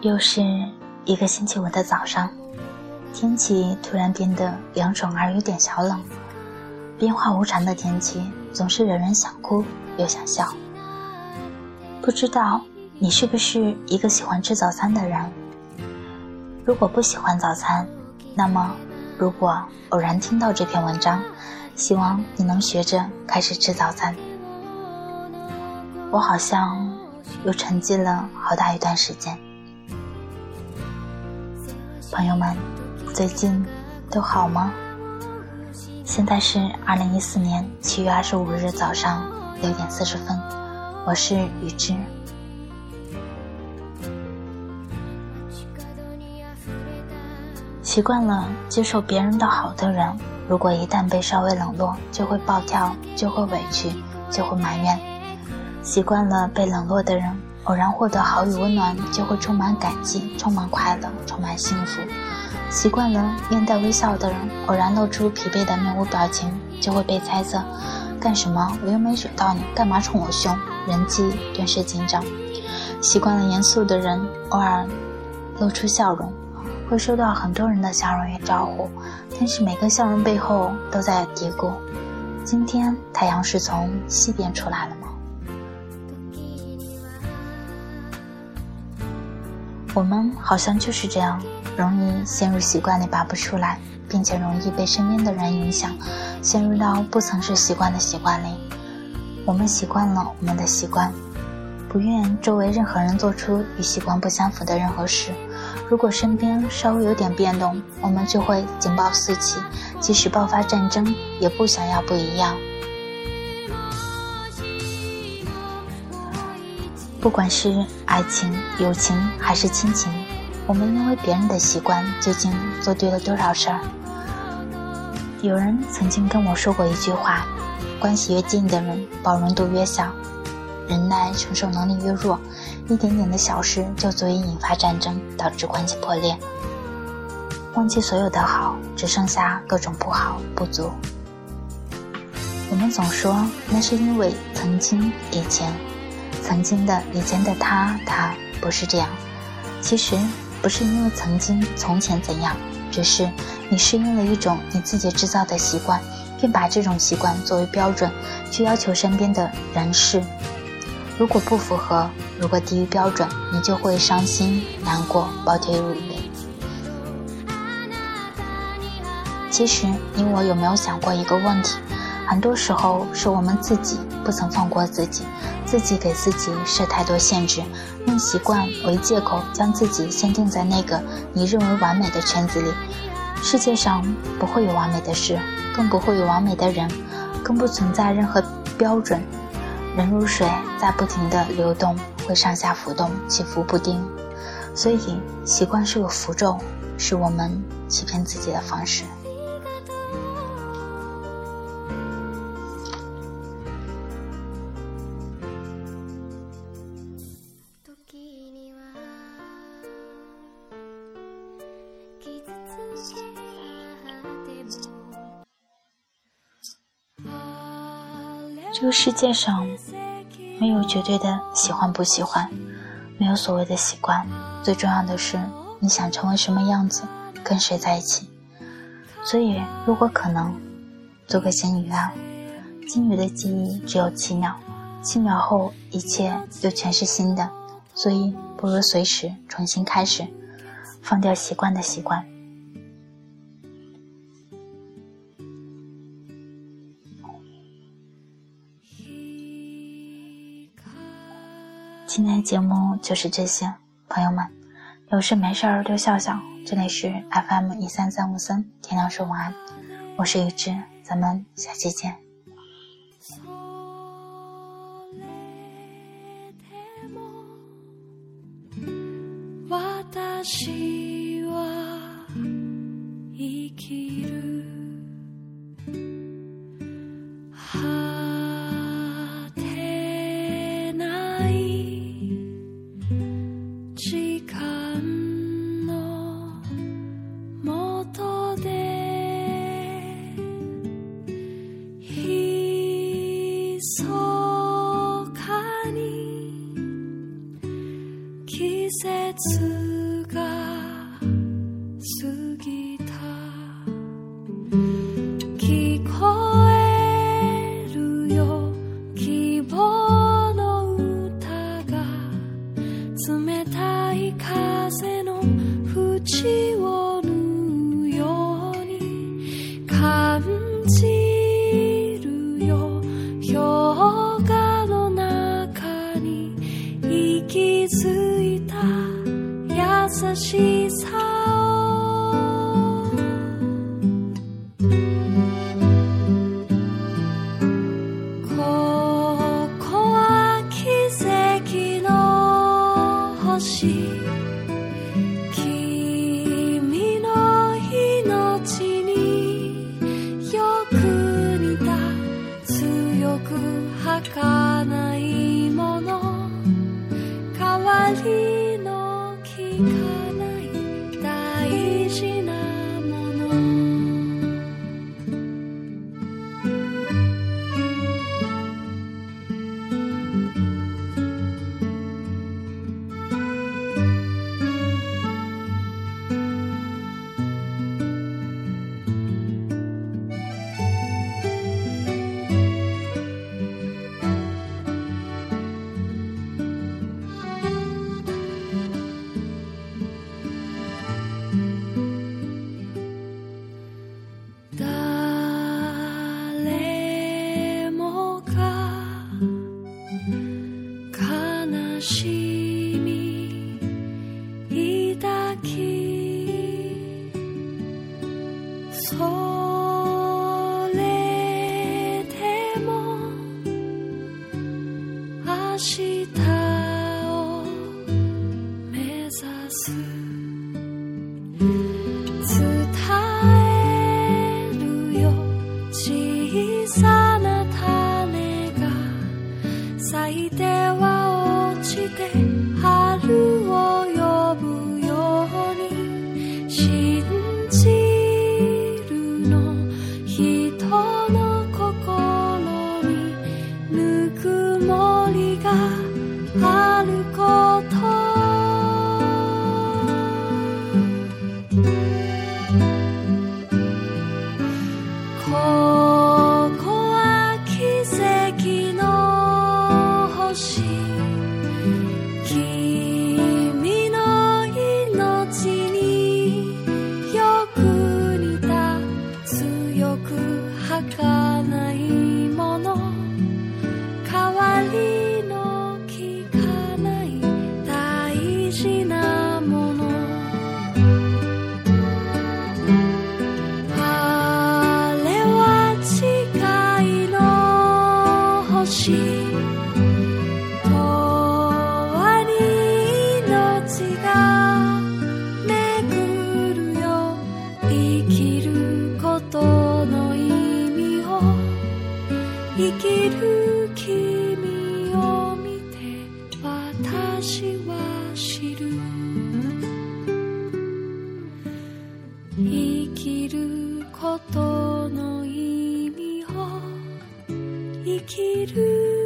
又是一个星期五的早上，天气突然变得凉爽而有点小冷。变化无常的天气总是惹人想哭又想笑。不知道你是不是一个喜欢吃早餐的人？如果不喜欢早餐，那么如果偶然听到这篇文章，希望你能学着开始吃早餐。我好像又沉寂了好大一段时间。朋友们，最近都好吗？现在是2014年7月25日早上6点40分，我是雨之。习惯了接受别人的好的人，如果一旦被稍微冷落，就会暴跳，就会委屈，就会埋怨。习惯了被冷落的人，偶然获得好与温暖，就会充满感激，充满快乐，充满幸福。习惯了面带微笑的人，偶然露出疲惫的面无表情，就会被猜测，干什么？我又没惹到你，干嘛冲我凶？人际顿时紧张。习惯了严肃的人，偶尔露出笑容，会收到很多人的笑容与招呼，但是每个笑容背后都在嘀咕：今天太阳是从西边出来了吗？我们好像就是这样，容易陷入习惯里拔不出来，并且容易被身边的人影响，陷入到不曾是习惯的习惯里。我们习惯了我们的习惯，不愿周围任何人做出与习惯不相符的任何事。如果身边稍微有点变动，我们就会警报四起，即使爆发战争，也不想要不一样。不管是爱情、友情还是亲情，我们因为别人的习惯，究竟做对了多少事儿？有人曾经跟我说过一句话：关系越近的人，包容度越小，忍耐承受能力越弱，一点点的小事就足以引发战争，导致关系破裂。忘记所有的好，只剩下各种不好、不足。我们总说那是因为曾经以前的他不是这样。其实不是因为曾经从前怎样，只是你适应了一种你自己制造的习惯，并把这种习惯作为标准去要求身边的人事。如果不符合，如果低于标准，你就会伤心难过，暴跳如雷。其实你我有没有想过一个问题？很多时候是我们自己不曾放过自己，自己给自己设太多限制，用习惯为借口将自己限定在那个你认为完美的圈子里。世界上不会有完美的事，更不会有完美的人，更不存在任何标准。人如水，在不停的流动，会上下浮动，起伏不定。所以习惯是个符咒，是我们欺骗自己的方式。这个世界上没有绝对的喜欢不喜欢，没有所谓的习惯，最重要的是你想成为什么样子，跟谁在一起。所以如果可能，做个金鱼啊，金鱼的记忆只有7秒，7秒后一切又全是新的，所以不如随时重新开始，放掉习惯的习惯。今天的节目就是这些，朋友们，有事没事儿多笑笑。这里是 FM13353，天亮说晚安，我是雨之，咱们下期见。季節を縫うように感じるよ氷河の中に息づいた優しさをここは奇跡の星君の命によく似た強く儚いもの代わりの聞かない大事なもの誰もが悲しみ抱きそれでも明日を目指す伝えるよ小さな種が咲いては落ちて春を呼ぶように信じるの人の心にぬくもりがあることここは奇跡の星君の命によく似た強く儚いもの代わりの聞かない大事なもの星永遠に命が巡るよ生きることの意味を生きる君を見て私は知る生きることの意味を生きる